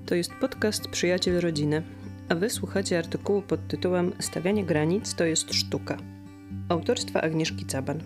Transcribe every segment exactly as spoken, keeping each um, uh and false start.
To jest podcast Przyjaciel Rodziny, a wy słuchacie artykułu pod tytułem Stawianie granic to jest sztuka. Autorstwa Agnieszki Caban.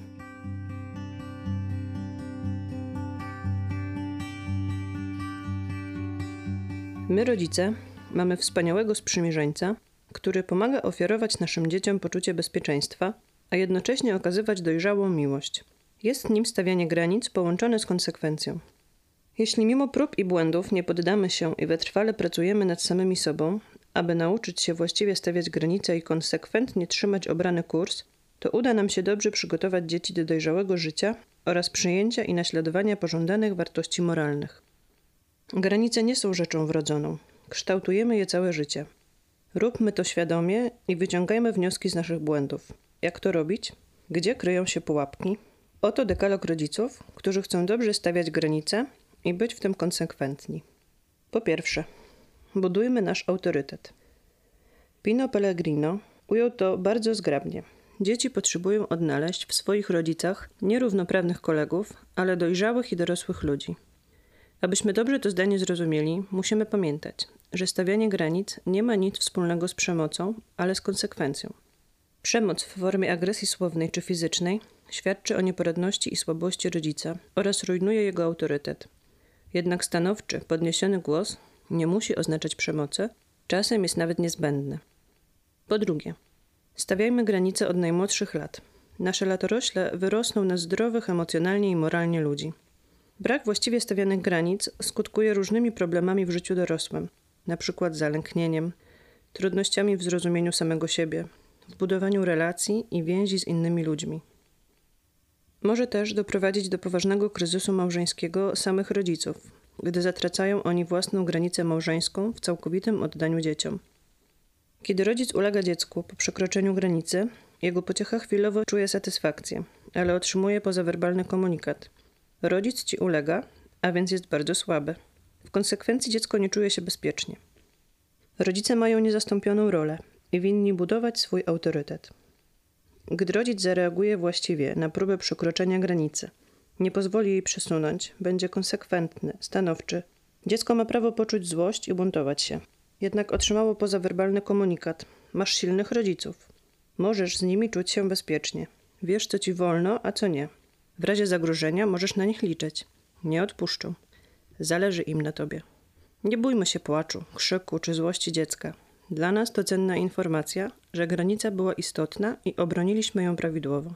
My, rodzice, mamy wspaniałego sprzymierzeńca, który pomaga ofiarować naszym dzieciom poczucie bezpieczeństwa, a jednocześnie okazywać dojrzałą miłość. Jest nim stawianie granic połączone z konsekwencją. Jeśli mimo prób i błędów nie poddamy się i wytrwale pracujemy nad samymi sobą, aby nauczyć się właściwie stawiać granice i konsekwentnie trzymać obrany kurs, to uda nam się dobrze przygotować dzieci do dojrzałego życia oraz przyjęcia i naśladowania pożądanych wartości moralnych. Granice nie są rzeczą wrodzoną. Kształtujemy je całe życie. Róbmy to świadomie i wyciągajmy wnioski z naszych błędów. Jak to robić? Gdzie kryją się pułapki? Oto dekalog rodziców, którzy chcą dobrze stawiać granice i być w tym konsekwentni. Po pierwsze, budujmy nasz autorytet. Pino Pellegrino ujął to bardzo zgrabnie. Dzieci potrzebują odnaleźć w swoich rodzicach nie równoprawnych kolegów, ale dojrzałych i dorosłych ludzi. Abyśmy dobrze to zdanie zrozumieli, musimy pamiętać, że stawianie granic nie ma nic wspólnego z przemocą, ale z konsekwencją. Przemoc w formie agresji słownej czy fizycznej świadczy o nieporadności i słabości rodzica oraz rujnuje jego autorytet. Jednak stanowczy, podniesiony głos nie musi oznaczać przemocy, czasem jest nawet niezbędny. Po drugie, stawiajmy granice od najmłodszych lat. Nasze latorośle wyrosną na zdrowych emocjonalnie i moralnie ludzi. Brak właściwie stawianych granic skutkuje różnymi problemami w życiu dorosłym, np. zalęknieniem, trudnościami w zrozumieniu samego siebie, w budowaniu relacji i więzi z innymi ludźmi. Może też doprowadzić do poważnego kryzysu małżeńskiego samych rodziców, gdy zatracają oni własną granicę małżeńską w całkowitym oddaniu dzieciom. Kiedy rodzic ulega dziecku po przekroczeniu granicy, jego pociecha chwilowo czuje satysfakcję, ale otrzymuje pozawerbalny komunikat. Rodzic ci ulega, a więc jest bardzo słaby. W konsekwencji dziecko nie czuje się bezpiecznie. Rodzice mają niezastąpioną rolę i winni budować swój autorytet. Gdy rodzic zareaguje właściwie na próbę przekroczenia granicy, nie pozwoli jej przesunąć, będzie konsekwentny, stanowczy. Dziecko ma prawo poczuć złość i buntować się. Jednak otrzymało pozawerbalny komunikat. Masz silnych rodziców. Możesz z nimi czuć się bezpiecznie. Wiesz, co ci wolno, a co nie. W razie zagrożenia możesz na nich liczyć. Nie odpuszczą. Zależy im na tobie. Nie bójmy się płaczu, krzyku czy złości dziecka. Dla nas to cenna informacja, że granica była istotna i obroniliśmy ją prawidłowo.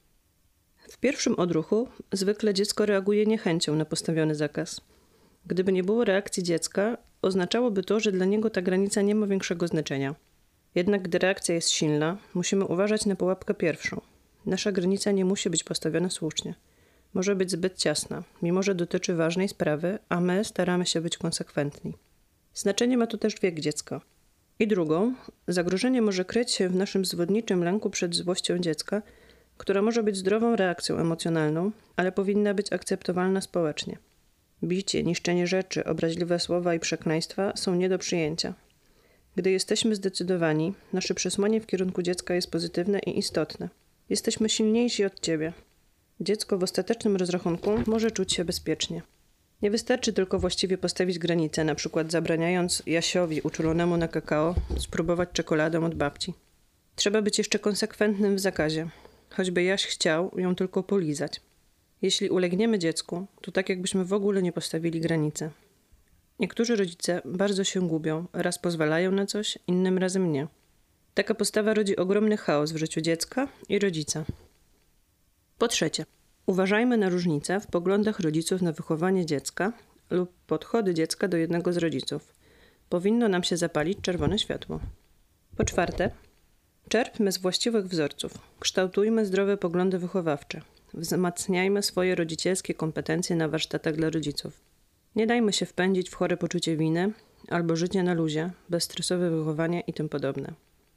W pierwszym odruchu zwykle dziecko reaguje niechęcią na postawiony zakaz. Gdyby nie było reakcji dziecka, oznaczałoby to, że dla niego ta granica nie ma większego znaczenia. Jednak gdy reakcja jest silna, musimy uważać na pułapkę pierwszą. Nasza granica nie musi być postawiona słusznie. Może być zbyt ciasna, mimo że dotyczy ważnej sprawy, a my staramy się być konsekwentni. Znaczenie ma tu też wiek dziecka. I drugą, zagrożenie może kryć się w naszym zwodniczym lęku przed złością dziecka, która może być zdrową reakcją emocjonalną, ale powinna być akceptowalna społecznie. Bicie, niszczenie rzeczy, obraźliwe słowa i przekleństwa są nie do przyjęcia. Gdy jesteśmy zdecydowani, nasze przesłanie w kierunku dziecka jest pozytywne i istotne. Jesteśmy silniejsi od ciebie. Dziecko w ostatecznym rozrachunku może czuć się bezpiecznie. Nie wystarczy tylko właściwie postawić granicę, np. zabraniając Jasiowi, uczulonemu na kakao, spróbować czekoladę od babci. Trzeba być jeszcze konsekwentnym w zakazie, choćby Jaś chciał ją tylko polizać. Jeśli ulegniemy dziecku, to tak jakbyśmy w ogóle nie postawili granicy. Niektórzy rodzice bardzo się gubią, raz pozwalają na coś, innym razem nie. Taka postawa rodzi ogromny chaos w życiu dziecka i rodzica. Po trzecie, uważajmy na różnice w poglądach rodziców na wychowanie dziecka lub podchody dziecka do jednego z rodziców. Powinno nam się zapalić czerwone światło. Po czwarte, czerpmy z właściwych wzorców. Kształtujmy zdrowe poglądy wychowawcze. Wzmacniajmy swoje rodzicielskie kompetencje na warsztatach dla rodziców. Nie dajmy się wpędzić w chore poczucie winy albo życie na luzie, bezstresowe wychowanie i tym podobne.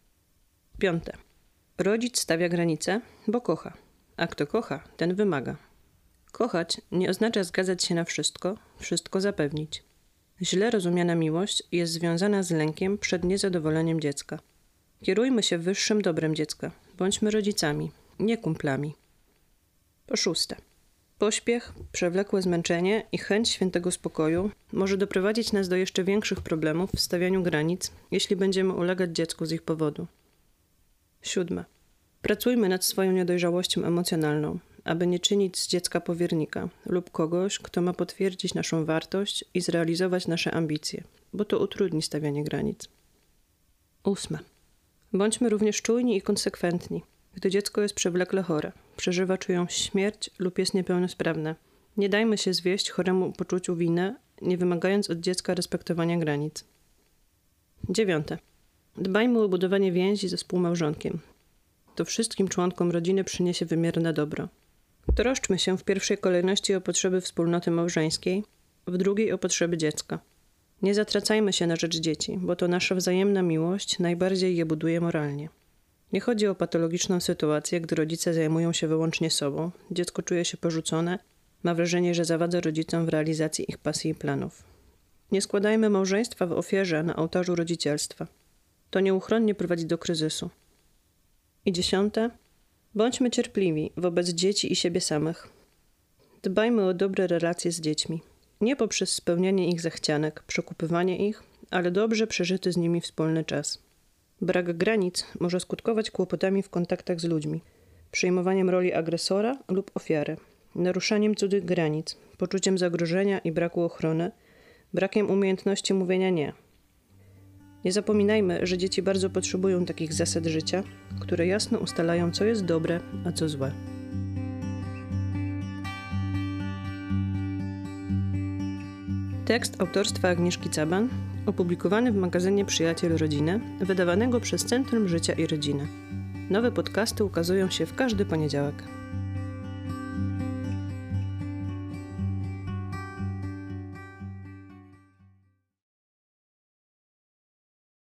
Piąte. Rodzic stawia granice, bo kocha. A kto kocha, ten wymaga. Kochać nie oznacza zgadzać się na wszystko, wszystko zapewnić. Źle rozumiana miłość jest związana z lękiem przed niezadowoleniem dziecka. Kierujmy się wyższym dobrem dziecka. Bądźmy rodzicami, nie kumplami. Po szóste. Pośpiech, przewlekłe zmęczenie i chęć świętego spokoju może doprowadzić nas do jeszcze większych problemów w stawianiu granic, jeśli będziemy ulegać dziecku z ich powodu. Siódme. Pracujmy nad swoją niedojrzałością emocjonalną, aby nie czynić z dziecka powiernika lub kogoś, kto ma potwierdzić naszą wartość i zrealizować nasze ambicje, bo to utrudni stawianie granic. Ósme. Bądźmy również czujni i konsekwentni. Gdy dziecko jest przewlekle chore, przeżywa czyjąś śmierć lub jest niepełnosprawne, nie dajmy się zwieść choremu poczuciu winy, nie wymagając od dziecka respektowania granic. Dziewiąte. Dbajmy o budowanie więzi ze współmałżonkiem. To wszystkim członkom rodziny przyniesie wymierne dobro. Troszczmy się w pierwszej kolejności o potrzeby wspólnoty małżeńskiej, w drugiej o potrzeby dziecka. Nie zatracajmy się na rzecz dzieci, bo to nasza wzajemna miłość najbardziej je buduje moralnie. Nie chodzi o patologiczną sytuację, gdy rodzice zajmują się wyłącznie sobą, dziecko czuje się porzucone, ma wrażenie, że zawadza rodzicom w realizacji ich pasji i planów. Nie składajmy małżeństwa w ofierze na ołtarzu rodzicielstwa. To nieuchronnie prowadzi do kryzysu. I dziesiąte. Bądźmy cierpliwi wobec dzieci i siebie samych. Dbajmy o dobre relacje z dziećmi. Nie poprzez spełnianie ich zachcianek, przekupywanie ich, ale dobrze przeżyty z nimi wspólny czas. Brak granic może skutkować kłopotami w kontaktach z ludźmi, przyjmowaniem roli agresora lub ofiary, naruszaniem cudzych granic, poczuciem zagrożenia i braku ochrony, brakiem umiejętności mówienia nie. Nie zapominajmy, że dzieci bardzo potrzebują takich zasad życia, które jasno ustalają, co jest dobre, a co złe. Tekst autorstwa Agnieszki Caban, opublikowany w magazynie Przyjaciel Rodziny, wydawanego przez Centrum Życia i Rodziny. Nowe podcasty ukazują się w każdy poniedziałek.